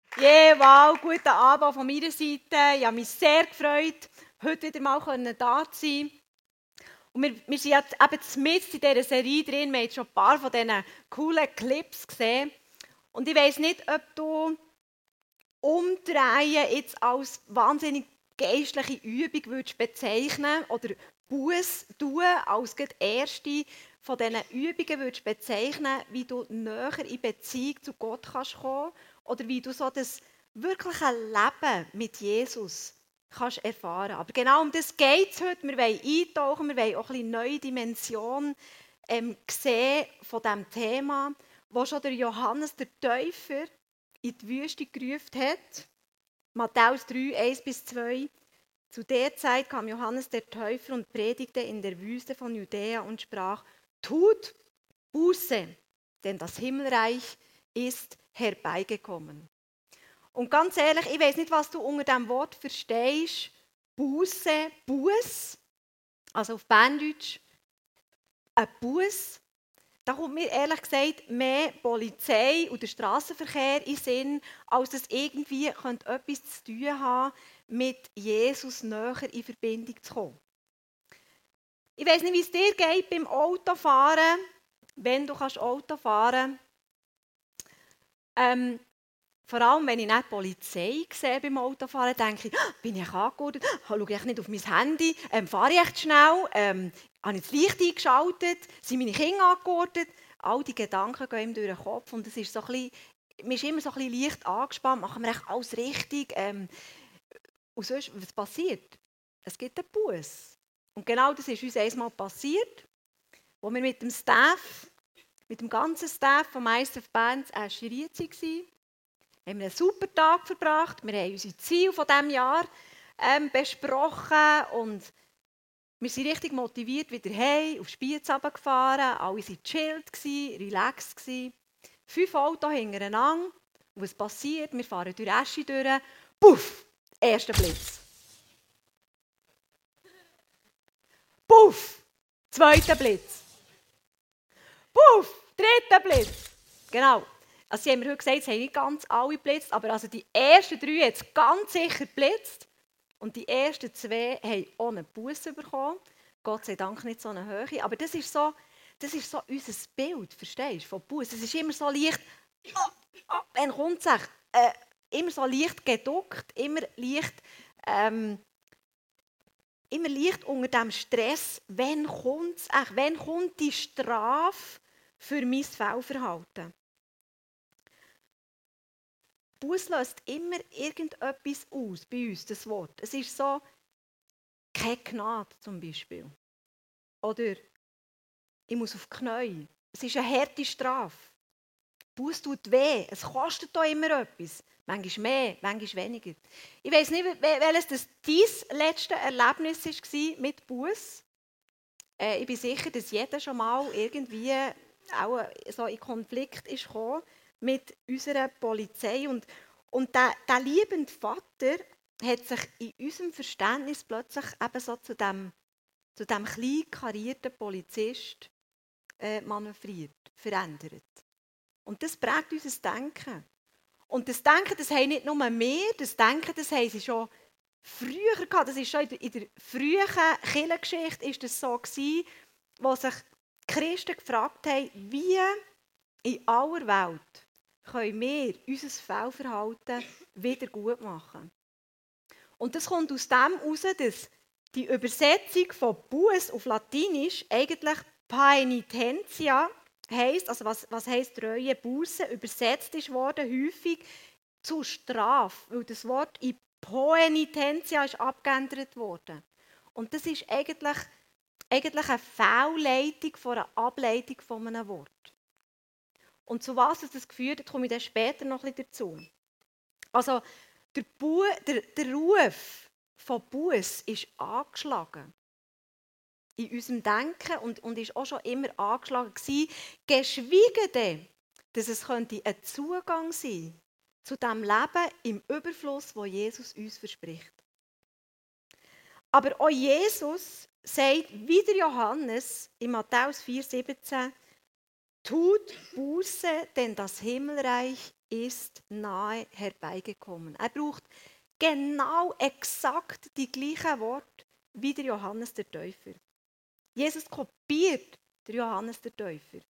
Wow, guten Abend von meiner Seite. Ich habe mich sehr gefreut, heute wieder mal da zu sein. Und wir sind jetzt eben mitten in dieser Serie drin. Wir haben schon ein paar von diesen coolen Clips gesehen. Und ich weiss nicht, ob du Umdrehen jetzt als wahnsinnig geistliche Übung würdest bezeichnen oder Buß tun als die erste von diesen Übungen würdest bezeichnen, wie du näher in Beziehung zu Gott kannst kommen oder wie du so das wirkliche Leben mit Jesus kannst erfahren. Aber genau um das geht es heute. Wir wollen eintauchen, wir wollen auch ein bisschen neue Dimension sehen von diesem Thema, wo schon der Johannes der Täufer in die Wüste gerufen hat. Matthäus 3, 1-2. Zu der Zeit kam Johannes der Täufer und predigte in der Wüste von Judäa und sprach: Tut Buße, denn das Himmelreich ist herbeigekommen. Und ganz ehrlich, ich weiß nicht, was du unter dem Wort verstehst. Buße, Buß, also auf Berndeutsch, ein Buß. Da kommt mir ehrlich gesagt mehr Polizei und der Strassenverkehr in den Sinn, als dass irgendwie etwas zu tun haben mit Jesus näher in Verbindung zu kommen. Ich weiss nicht, wie es dir geht beim Autofahren, wenn du Auto fahren kannst. Vor allem, wenn ich nicht die Polizei sehe beim Autofahren, denke ich, bin ich angeordnet? Schaue ich nicht auf mein Handy? Fahre ich echt schnell? Habe ich das Licht eingeschaltet? Sind meine Kinder angeordnet? All die Gedanken gehen ihm durch den Kopf und es ist so ein bisschen, man ist immer so ein bisschen leicht angespannt, machen wir echt alles richtig? Und sonst, was passiert? Es gibt einen Buß. Und genau das ist uns einmal passiert, wo wir mit dem Staff, mit dem ganzen Staff vom ISF Bern in Aschiriezi waren. Wir haben einen super Tag verbracht. Wir haben unsere Ziele von diesem Jahr besprochen und wir sind richtig motiviert wieder heim, auf Spiez runtergefahren. Alle waren chillt, relaxed. 5 Autos hintereinander. Und was passiert? Wir fahren durch Eschi durch. Puff! Erster Blitz. Puff! Zweiter Blitz. Puff! Dritter Blitz. Genau. Also sie haben mir heute gesagt, es haben nicht ganz alle geblitzt, aber also die ersten 3 hat es ganz sicher geblitzt. Und die ersten 2 haben auch einen Buss bekommen. Gott sei Dank nicht so eine Höhe. Aber das ist so unser Bild, verstehst du, von Buss. Es ist immer so leicht, wenn kommt es immer so leicht geduckt, immer leicht unter dem Stress, wenn kommt es echt, wenn kommt die Strafe für mein Fehlverhalten. Buß löst immer irgendetwas aus bei uns, das Wort. Es ist so, keine Gnade zum Beispiel. Oder ich muss auf die Knie. Es ist eine harte Strafe. Buß tut weh. Es kostet auch immer etwas. Manchmal mehr, manchmal weniger. Ich weiss nicht, welches das dein letzte Erlebnis war mit Buß. Ich bin sicher, dass jeder schon mal irgendwie auch so in Konflikt ist gekommen mit unserer Polizei. Und der liebende Vater hat sich in unserem Verständnis plötzlich eben so zu dem klein karierten Polizist manövriert, verändert. Und das prägt unser Denken. Und das Denken, das haben nicht nur wir, das Denken, das haben sie schon früher gehabt. Das ist schon in der frühen Kirchengeschichte ist das so gewesen, wo sich die Christen gefragt haben, wie in aller Welt können wir unser Fehlverhalten wieder gut machen. Und das kommt aus dem heraus, dass die Übersetzung von Buß auf Latinisch eigentlich Paenitentia heisst, also was heisst treue Buße, übersetzt ist worden, häufig zu Strafe, weil das Wort in Poenitentia ist abgeändert worden. Und das ist eigentlich eine Fehlleitung von einer Ableitung von einem Wort. Und zu was das geführt hat, komme ich dann später noch ein bisschen dazu. Also, der Ruf von Buß ist angeschlagen in unserem Denken und ist auch schon immer angeschlagen gewesen, geschweige denn, dass es ein Zugang sein zu dem Leben im Überfluss, wo Jesus uns verspricht. Aber auch Jesus sagt, wie der Johannes in Matthäus 4,17, tut Buße, denn das Himmelreich ist nahe herbeigekommen. Er braucht genau exakt die gleichen Worte wie der Johannes der Täufer. Jesus kopiert den Johannes der Täufer.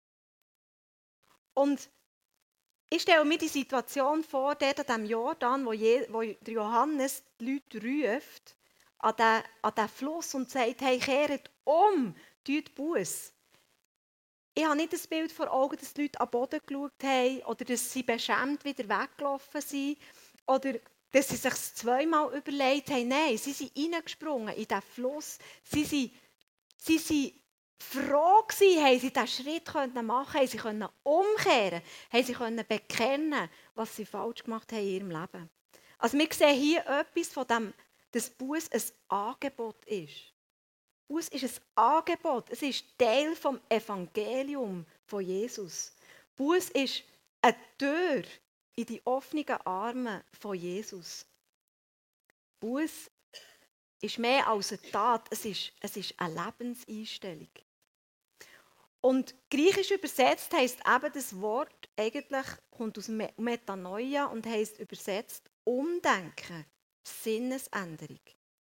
Und ich stelle mir die Situation vor, dort an dem Jordan, wo der Johannes die Leute ruft, an den Fluss und sagt, hey, kehrt um, tut Buße. Ich habe nicht das Bild vor Augen, dass die Leute am Boden geschaut haben oder dass sie beschämt wieder weggelaufen sind oder dass sie sich zweimal überlegt haben. Nein, sie sind reingesprungen in diesen Fluss. Sie waren froh gewesen, haben sie diesen Schritt machen können, haben sie umkehren, haben sie bekennen, was sie falsch gemacht haben in ihrem Leben. Also wir sehen hier etwas von dem, dass Buß ein Angebot ist. Buß ist ein Angebot, es ist Teil vom Evangelium von Jesus. Buß ist eine Tür in die offenen Arme von Jesus. Buß ist mehr als eine Tat, es ist eine Lebenseinstellung. Und griechisch übersetzt heisst eben das Wort, eigentlich kommt aus Metanoia und heisst übersetzt Umdenken, Sinnesänderung.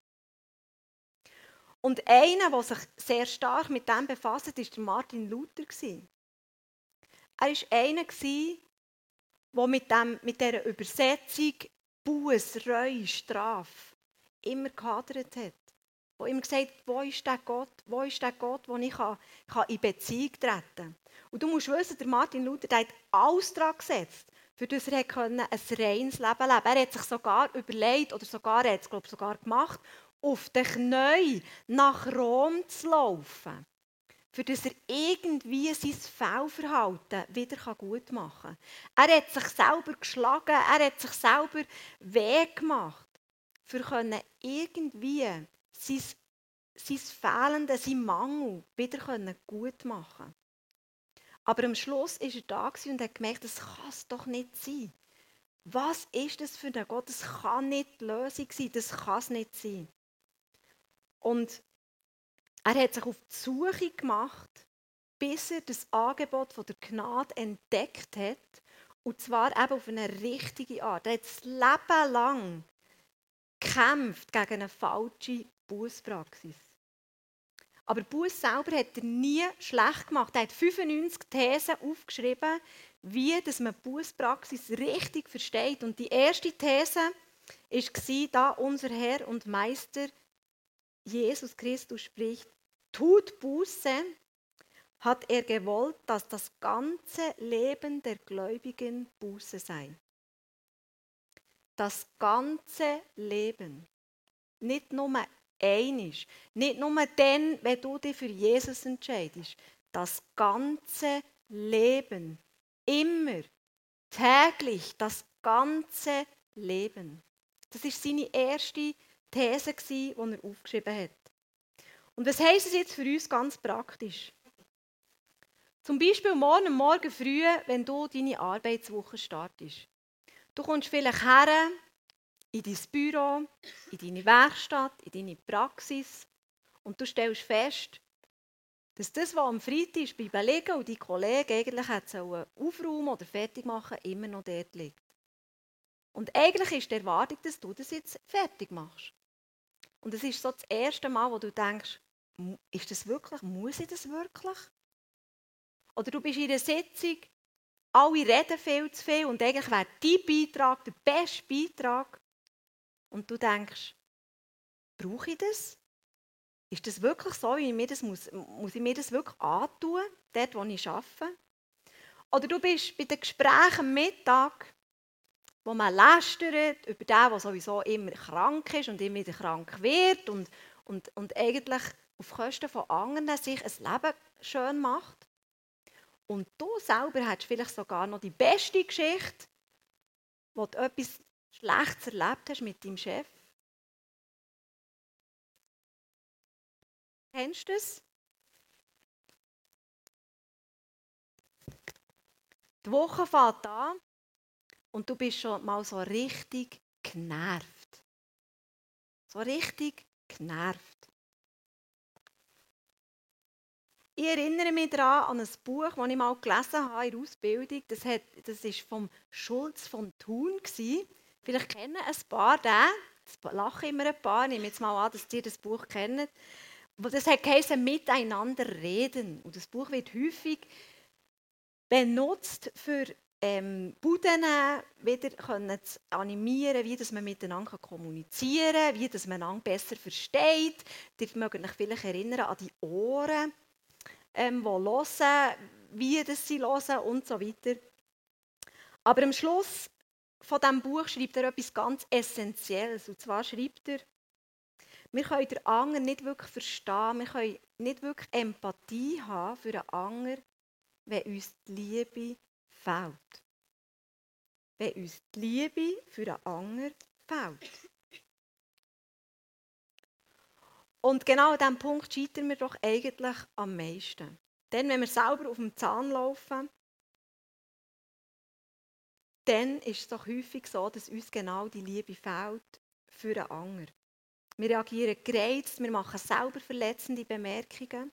Und einer, der sich sehr stark mit dem befasst, war Martin Luther. Er war einer, der mit dieser Übersetzung Buß, Reue, Strafe immer gehadert hat. Der immer gesagt hat, wo ist der Gott, wo ich in Beziehung treten kann. Und du musst wissen, der Martin Luther der hat alles daran gesetzt, für das er ein reines Leben leben konnte. Er hat sich sogar überlegt, oder er hat es sogar gemacht, auf den Knien nach Rom zu laufen, für das er irgendwie sein Fehlverhalten wieder gut machen kann. Er hat sich selber geschlagen, er hat sich selber weh gemacht, für irgendwie sein Fehlende, sein Mangel wieder gut machen. Aber am Schluss war er da und hat gemerkt, das kann es doch nicht sein. Was ist das für ein Gott? Das kann nicht die Lösung sein, das kann es nicht sein. Und er hat sich auf die Suche gemacht, bis er das Angebot von der Gnade entdeckt hat. Und zwar eben auf eine richtige Art. Er hat das Leben lang gekämpft gegen eine falsche Bußpraxis. Aber Buß selber hat er nie schlecht gemacht. Er hat 95 Thesen aufgeschrieben, wie dass man Bußpraxis richtig versteht. Und die erste These war, da unser Herr und Meister Jesus Christus spricht, tut Buße, hat er gewollt, dass das ganze Leben der Gläubigen Buße sei. Das ganze Leben. Nicht nur einisch, nicht nur dann, wenn du dich für Jesus entscheidest. Das ganze Leben. Immer. Täglich. Das ganze Leben. Das war seine erste These, die er aufgeschrieben hat. Und was heisst es jetzt für uns ganz praktisch? Zum Beispiel morgen früh, wenn du deine Arbeitswoche startest. Du kommst vielleicht her in dein Büro, in deine Werkstatt, in deine Praxis und du stellst fest, dass das, was am Freitag bleiben liegen und die Kollegen eigentlich aufräumen oder fertig machen, immer noch dort liegt. Und eigentlich ist die Erwartung, dass du das jetzt fertig machst. Und es ist so das erste Mal, wo du denkst, ist das wirklich, muss ich das wirklich? Oder du bist in einer Sitzung, alle reden viel zu viel und eigentlich wäre dein Beitrag der beste Beitrag. Und du denkst, brauche ich das? Ist das wirklich so, wie ich mir das muss ich mir das wirklich antun, dort wo ich arbeite? Oder du bist bei den Gesprächen am Mittag, wo man lästert über den, der sowieso immer krank ist und immer wieder krank wird und eigentlich auf Kosten von anderen sich ein Leben schön macht. Und du selber hättest vielleicht sogar noch die beste Geschichte, wo du etwas Schlechtes erlebt hast mit deinem Chef. Kennst du das? Die Woche fängt an und du bist schon mal so richtig genervt. So richtig genervt. Ich erinnere mich daran an ein Buch, das ich mal gelesen habe in der Ausbildung. Das war vom Schulz von Thun. Vielleicht kennen ein paar den. Das lachen immer ein paar. Ich nehme jetzt mal an, dass ihr das Buch kennt. Das heisst «Miteinander reden». Und das Buch wird häufig benutzt für Buden wieder zu animieren, wie dass man miteinander kommunizieren kann, wie dass man einander besser versteht. Ihr mögt euch vielleicht erinnern an die Ohren, die hören, wie das sie hören und so weiter. Aber am Schluss von diesem Buch schreibt er etwas ganz Essentielles. Und zwar schreibt er, wir können den anderen nicht wirklich verstehen, wir können nicht wirklich Empathie haben für den anderen, wenn uns die Liebe fehlt. Wenn uns die Liebe für den anderen fehlt. Und genau an diesem Punkt scheitern wir doch eigentlich am meisten. Denn wenn wir selber auf dem Zahn laufen, dann ist es doch häufig so, dass uns genau die Liebe fehlt für den anderen. Wir reagieren gereizt, wir machen selber verletzende Bemerkungen.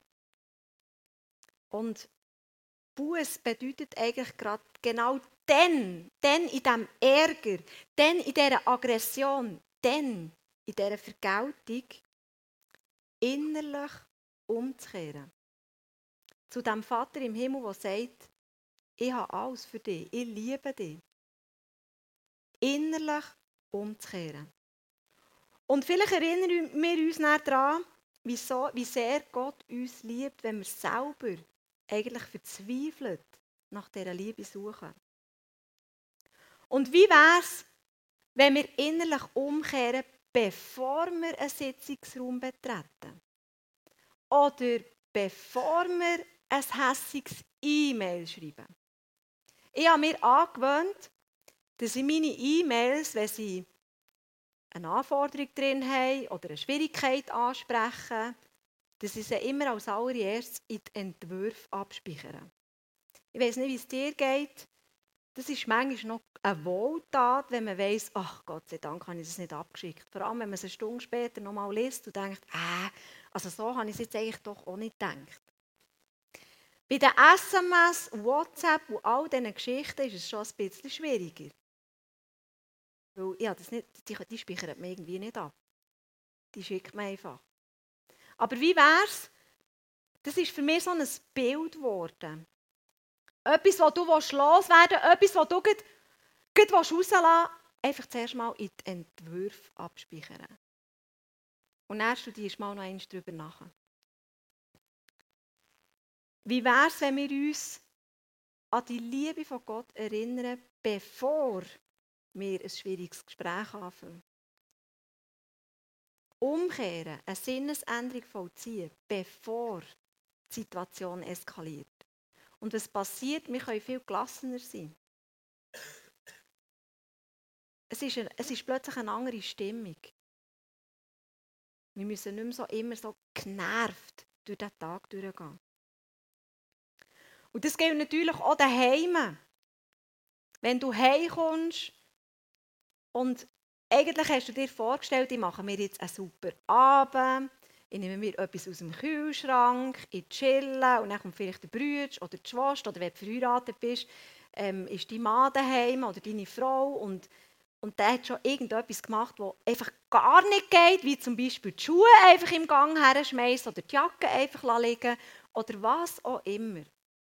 Und Buß bedeutet eigentlich gerade genau dann in diesem Ärger, dann in dieser Aggression, dann in dieser Vergeltung, innerlich umzukehren. Zu dem Vater im Himmel, der sagt, ich habe alles für dich, ich liebe dich. Innerlich umzukehren. Und vielleicht erinnern wir uns dann daran, wie sehr Gott uns liebt, wenn wir selber eigentlich verzweifelt nach dieser Liebe suchen. Und wie wäre es, wenn wir innerlich umkehren, bevor wir einen Sitzungsraum betreten? Oder bevor wir ein hässiges E-Mail schreiben? Ich habe mir angewöhnt, dass ich meine E-Mails, wenn sie eine Anforderung drin haben oder eine Schwierigkeit ansprechen, dass ich sie immer als allererstes in die Entwürfe abspeichere. Ich weiss nicht, wie es dir geht. Das ist manchmal noch eine Wohltat, wenn man weiss, ach Gott sei Dank habe ich das nicht abgeschickt. Vor allem, wenn man es eine Stunde später noch mal liest und denkt, also so habe ich es jetzt eigentlich doch auch nicht gedacht. Bei den SMS, WhatsApp und all diesen Geschichten ist es schon ein bisschen schwieriger. Weil das nicht, die speichert man irgendwie nicht ab. Die schickt man einfach. Aber wie wäre es? Das ist für mich so ein Bild geworden. Etwas, das du loswerden willst, etwas, das du gleich rauslassen willst, einfach zuerst mal in die Entwürfe abspeichern. Und dann studierst du mal noch einmal darüber nach. Wie wäre es, wenn wir uns an die Liebe von Gott erinnern, bevor wir ein schwieriges Gespräch anfangen? Umkehren, eine Sinnesänderung vollziehen, bevor die Situation eskaliert. Und was passiert? Wir können viel gelassener sein. Es ist plötzlich eine andere Stimmung. Wir müssen nicht mehr immer so genervt durch den Tag durchgehen. Und das gilt natürlich auch daheim. Wenn du heimkommst und eigentlich hast du dir vorgestellt, ich mache mir jetzt einen super Abend, ich nehme mir etwas aus dem Kühlschrank, ich chille und dann kommt vielleicht der Bruder oder die Schwester oder wenn du verheiratet bist, ist dein Mann daheim oder deine Frau und der hat schon irgendetwas gemacht, das einfach gar nicht geht, wie zum Beispiel die Schuhe einfach im Gang herschmeißen oder die Jacke einfach liegen oder was auch immer.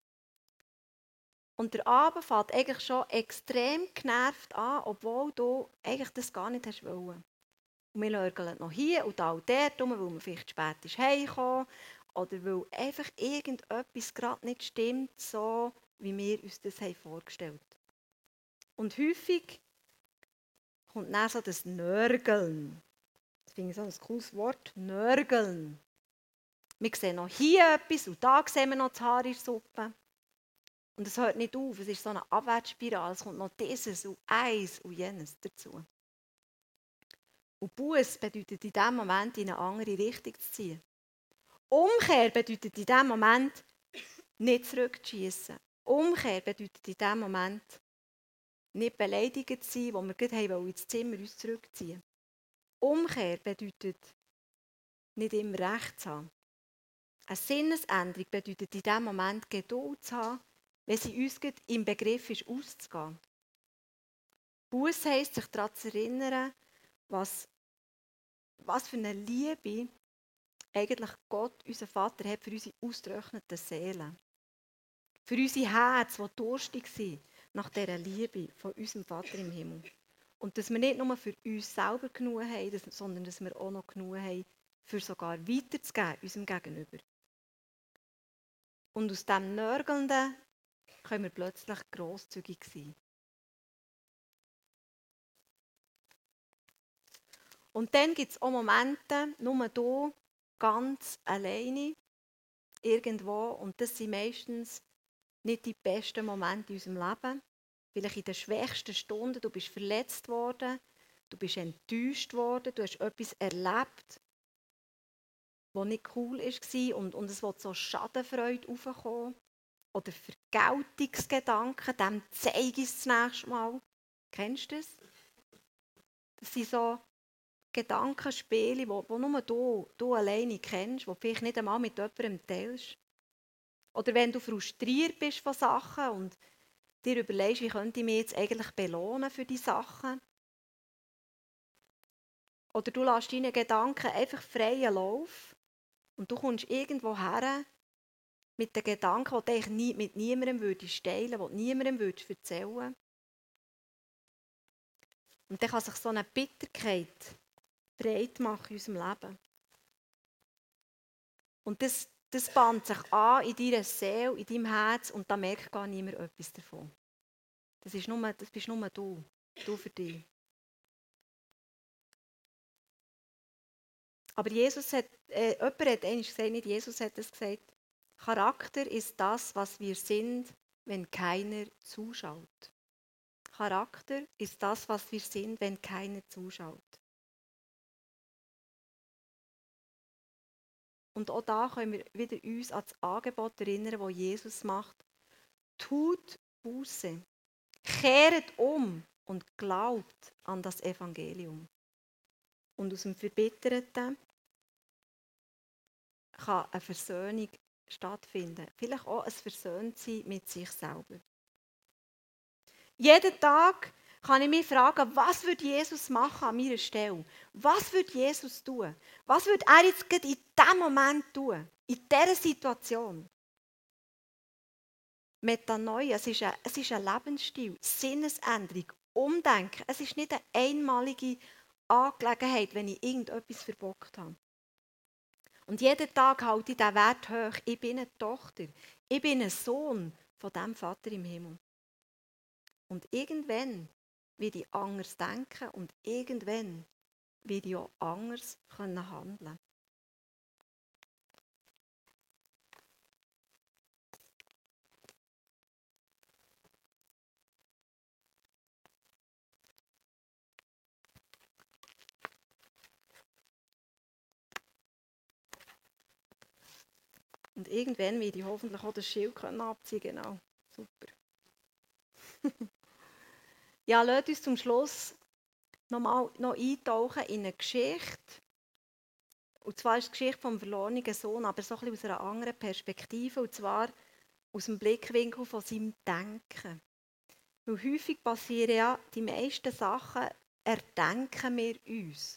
Und der Abend fängt eigentlich schon extrem genervt an, obwohl du eigentlich das gar nicht hast wollen. Und wir lörgeln noch hier und da und dort rum, weil man vielleicht spät ist heimgekommen oder weil einfach irgendetwas gerade nicht stimmt, so wie wir uns das vorgestellt haben. Und häufig kommt dann so das Nörgeln. Das finde ich so ein cooles Wort, Nörgeln. Wir sehen noch hier etwas und da sehen wir noch das Haar in der Suppe. Und es hört nicht auf, es ist so eine Abwärtsspirale, es kommt noch dieses und eins und jenes dazu. Und Buß bedeutet in diesem Moment, in eine andere Richtung zu ziehen. Umkehr bedeutet in diesem Moment, nicht zurückzuschiessen. Umkehr bedeutet in diesem Moment, nicht beleidigt zu sein, wo wir gerade ins Zimmer uns zurückziehen. Umkehr bedeutet, nicht immer recht zu haben. Eine Sinnesänderung bedeutet in diesem Moment Geduld zu haben, wenn sie uns im Begriff ist, auszugehen. Buß heisst, sich daran zu erinnern, was für eine Liebe eigentlich Gott, unser Vater, hat für unsere ausgetrockneten Seelen. Für unser Herz, das durstig sind nach dieser Liebe von unserem Vater im Himmel. Und dass wir nicht nur für uns selber genug haben, sondern dass wir auch noch genug haben, für sogar weiterzugeben, unserem Gegenüber. Und aus diesem Nörgelnden können wir plötzlich grosszügig sein. Und dann gibt es auch Momente, nur hier, ganz alleine, irgendwo. Und das sind meistens nicht die besten Momente in unserem Leben. Vielleicht in den schwächsten Stunden, du bist verletzt worden, du bist enttäuscht worden, du hast etwas erlebt, was nicht cool war und es will so Schadenfreude aufkommen. Oder Vergeltungsgedanken, dem zeige ich es das nächste Mal. Kennst du das? Das sind so Gedankenspiele, die nur du alleine kennst, die du vielleicht nicht einmal mit jemandem teilst. Oder wenn du frustriert bist von Sachen und dir überlegst, wie könnte ich mich jetzt eigentlich belohnen für die Sachen. Oder du lässt deine Gedanken einfach freien Lauf und du kommst irgendwo her mit den Gedanken, die du eigentlich mit niemandem teilen würdest, die du niemandem erzählen würdest. Und dann kann sich so eine Bitterkeit breit machen in unserem Leben. Und das bahnt sich an in deiner Seele, in deinem Herz und da merkt gar niemand etwas davon. Das bist nur du für dich. Aber jemand hat einmal gesagt, nicht Jesus hat es gesagt, Charakter ist das, was wir sind, wenn keiner zuschaut. Charakter ist das, was wir sind, wenn keiner zuschaut. Und auch da können wir wieder uns an das Angebot erinnern, das Jesus macht. Tut Buße, kehret um und glaubt an das Evangelium. Und aus dem Verbitterten kann eine Versöhnung stattfinden. Vielleicht auch ein Versöhntsein mit sich selber. Jeden Tag kann ich mich fragen, was würde Jesus machen an meiner Stelle? Was würde Jesus tun? Was würde er jetzt gerade in diesem Moment tun? In dieser Situation? Metanoia, es ist ein Lebensstil, Sinnesänderung, Umdenken. Es ist nicht eine einmalige Angelegenheit, wenn ich irgendetwas verbockt habe. Und jeden Tag halte ich diesen Wert hoch. Ich bin eine Tochter. Ich bin ein Sohn von diesem Vater im Himmel. Und irgendwann werde ich anders denken und irgendwann werde ich auch anders handeln können. Und irgendwann werde ich hoffentlich auch das Schild abziehen können. Genau, super. Ja, lasst uns zum Schluss noch eintauchen in eine Geschichte. Und zwar ist die Geschichte vom verlorenen Sohn, aber so ein bisschen aus einer anderen Perspektive. Und zwar aus dem Blickwinkel von seinem Denken. Weil häufig passieren ja die meisten Sachen, erdenken wir uns.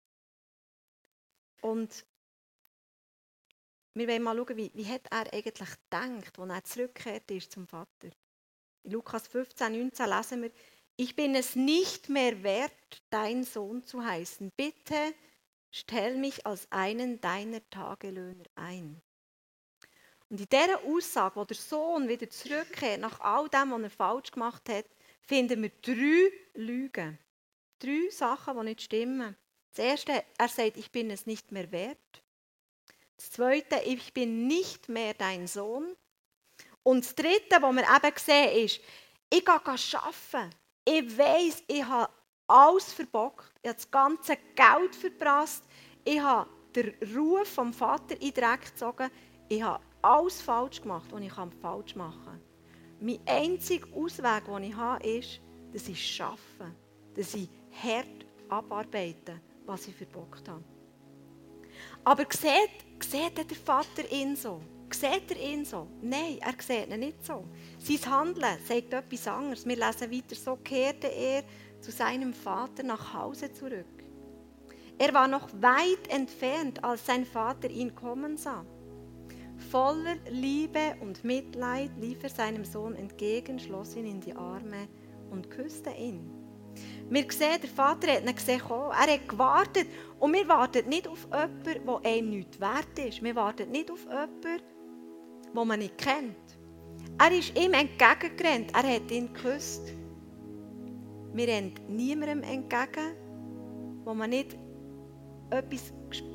Und wir wollen mal schauen, wie hat er eigentlich gedacht, als er zurückgekehrt ist zum Vater. In Lukas 15, 19 lesen wir, ich bin es nicht mehr wert, dein Sohn zu heißen. Bitte stell mich als einen deiner Tagelöhner ein. Und in dieser Aussage, wo der Sohn wieder zurückkehrt, nach all dem, was er falsch gemacht hat, finden wir 3 Lügen. 3 Sachen, die nicht stimmen. Das erste, er sagt, ich bin es nicht mehr wert. Das zweite, ich bin nicht mehr dein Sohn. Und das dritte, was wir eben sehen, ist, ich gehe arbeiten. Ich weiss, ich habe alles verbockt. Ich habe das ganze Geld verprasst. Ich habe den Ruf vom Vater in den Dreck gezogen. Ich habe alles falsch gemacht, was ich falsch machen kann. Mein einziger Ausweg, den ich habe, ist, dass ich arbeite. Dass ich hart abarbeite, was ich verbockt habe. Aber sieht der Vater ihn so? Sieht er ihn so? Nein, er sieht ihn nicht so. Sein Handeln sagt etwas anderes. Wir lesen weiter, so kehrte er zu seinem Vater nach Hause zurück. Er war noch weit entfernt, als sein Vater ihn kommen sah. Voller Liebe und Mitleid lief er seinem Sohn entgegen, schloss ihn in die Arme und küsste ihn. Wir sehen, der Vater hat ihn gesehen kommen. Er hat gewartet. Und wir warten nicht auf jemanden, der einem nichts wert ist. Wir warten nicht auf jemanden, den man nicht kennt. Er ist ihm entgegengerannt. Er hat ihn geküsst. Wir rennen niemandem entgegen, wo man nicht etwas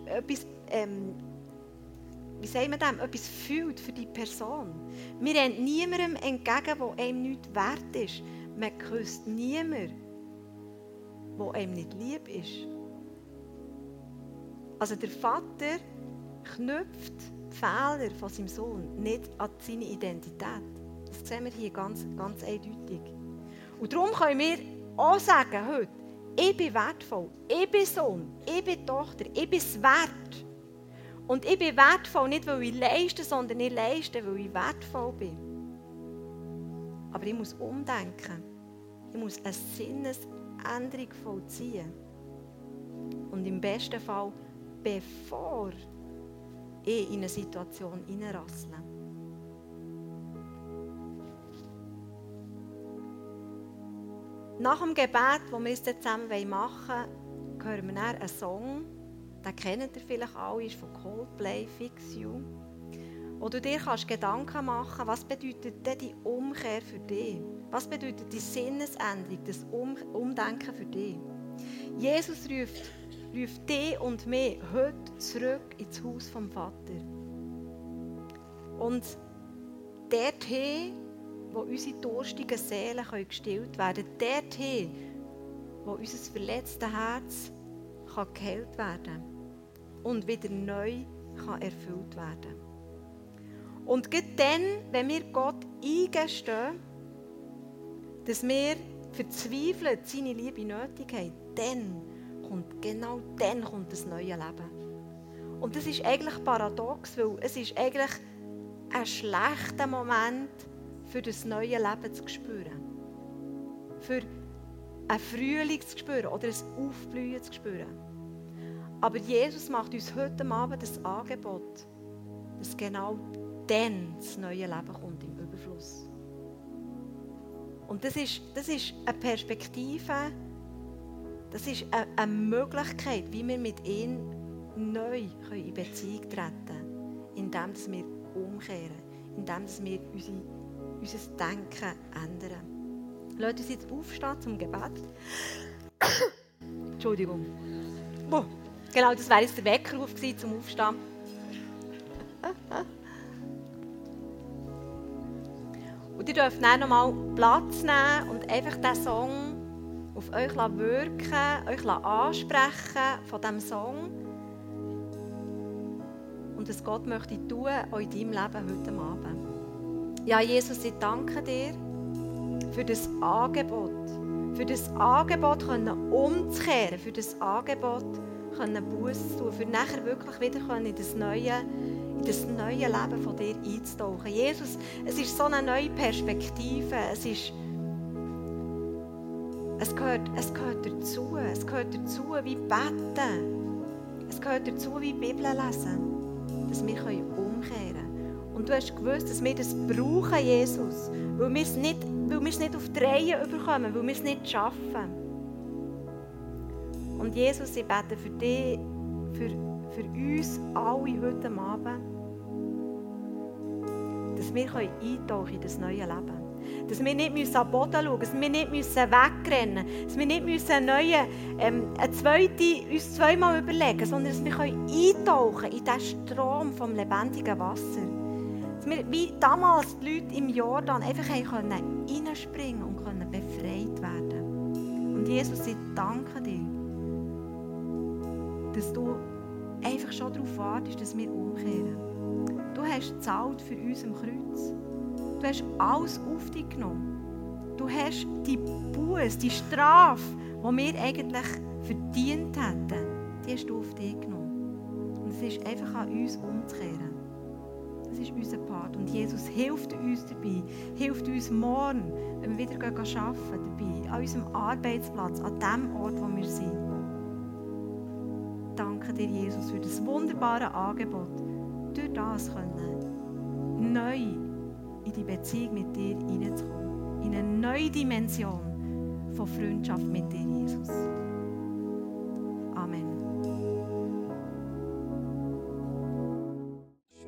etwas fühlt für die Person. Wir rennen niemandem entgegen, der einem nichts wert ist. Man küsst niemanden, der einem nicht lieb ist. Also der Vater knüpft die Fehler von seinem Sohn nicht an seine Identität. Das sehen wir hier ganz, ganz eindeutig. Und darum können wir auch sagen heute, ich bin wertvoll, ich bin Sohn, ich bin Tochter, ich bin es wert. Und ich bin wertvoll nicht, weil ich leiste, sondern ich leiste, weil ich wertvoll bin. Aber ich muss umdenken. Ich muss eine Sinnesänderung vollziehen. Und im besten Fall, bevor ich in eine Situation hineinrassle. Nach dem Gebet, das wir jetzt zusammen machen wollen, hören wir dann einen Song. Den kennt ihr vielleicht alle, ist von Coldplay, Fix You. Wo du dir Gedanken machen kannst, was bedeutet denn die Umkehr für dich? Was bedeutet die Sinnesänderung, das Umdenken für dich? Jesus ruft dich und mich heute zurück ins Haus vom Vater. Und dorthin, wo unsere durstigen Seelen gestillt werden können, dorthin, wo unser verletztes Herz geheilt werden kann und wieder neu erfüllt werden kann. Und gerade dann, wenn wir Gott eingestehen, dass wir verzweifelt seine Liebe nötig haben, dann kommt das neue Leben. Und das ist eigentlich paradox, weil es ist eigentlich ein schlechter Moment, für das neue Leben zu spüren. Für einen Frühling zu spüren oder ein Aufblühen zu spüren. Aber Jesus macht uns heute Abend das Angebot, dass genau dann das neue Leben kommt im Überfluss. Und das ist eine Perspektive, das ist eine Möglichkeit, wie wir mit ihm neu in Beziehung treten können, indem wir umkehren, indem wir unser Denken ändern. Lasst uns jetzt aufstehen zum Gebet. Entschuldigung. Genau, das wäre jetzt der Weckruf gewesen, zum Aufstehen. Und ihr dürft dann nochmal Platz nehmen und einfach diesen Song auf euch wirken, euch ansprechen von diesem Song. Und was Gott möchte tun, auch in deinem Leben heute Abend. Ja, Jesus, ich danke dir für das Angebot. Für das Angebot umzukehren, für das Angebot Buße zu tun, für nachher wirklich wieder in das neue Leben von dir einzutauchen. Jesus, es ist so eine neue Perspektive. Es gehört dazu. Es gehört dazu wie Beten. Es gehört dazu wie Bibel lesen, dass wir umkehren können. Und du hast gewusst, dass wir das brauchen, Jesus, weil wir es nicht auf die Reihe bekommen, weil wir es nicht schaffen. Und Jesus, ich bete für dich, für uns alle heute Abend, dass wir eintauchen in das neue Leben. Dass wir nicht am Boden schauen müssen, dass wir nicht wegrennen müssen, dass wir nicht uns zweimal überlegen müssen, sondern dass wir eintauchen in diesen Strom vom lebendigen Wasser. Dass wir, wie damals die Leute im Jordan, einfach reinspringen und befreit werden. Und Jesus, ich danke dir, dass du einfach schon darauf wartest, dass wir umkehren. Du hast gezahlt für uns am Kreuz. Du hast alles auf dich genommen. Du hast die Buße, die Strafe, die wir eigentlich verdient hätten, die hast du auf dich genommen. Und es ist einfach an uns umzukehren. Das ist unser Part. Und Jesus hilft uns dabei, hilft uns morgen, wenn wir wieder arbeiten dabei, an unserem Arbeitsplatz, an dem Ort, wo wir sind. Danke dir, Jesus, für das wunderbare Angebot, durch das können, neu in die Beziehung mit dir hineinzukommen. In eine neue Dimension von Freundschaft mit dir, Jesus.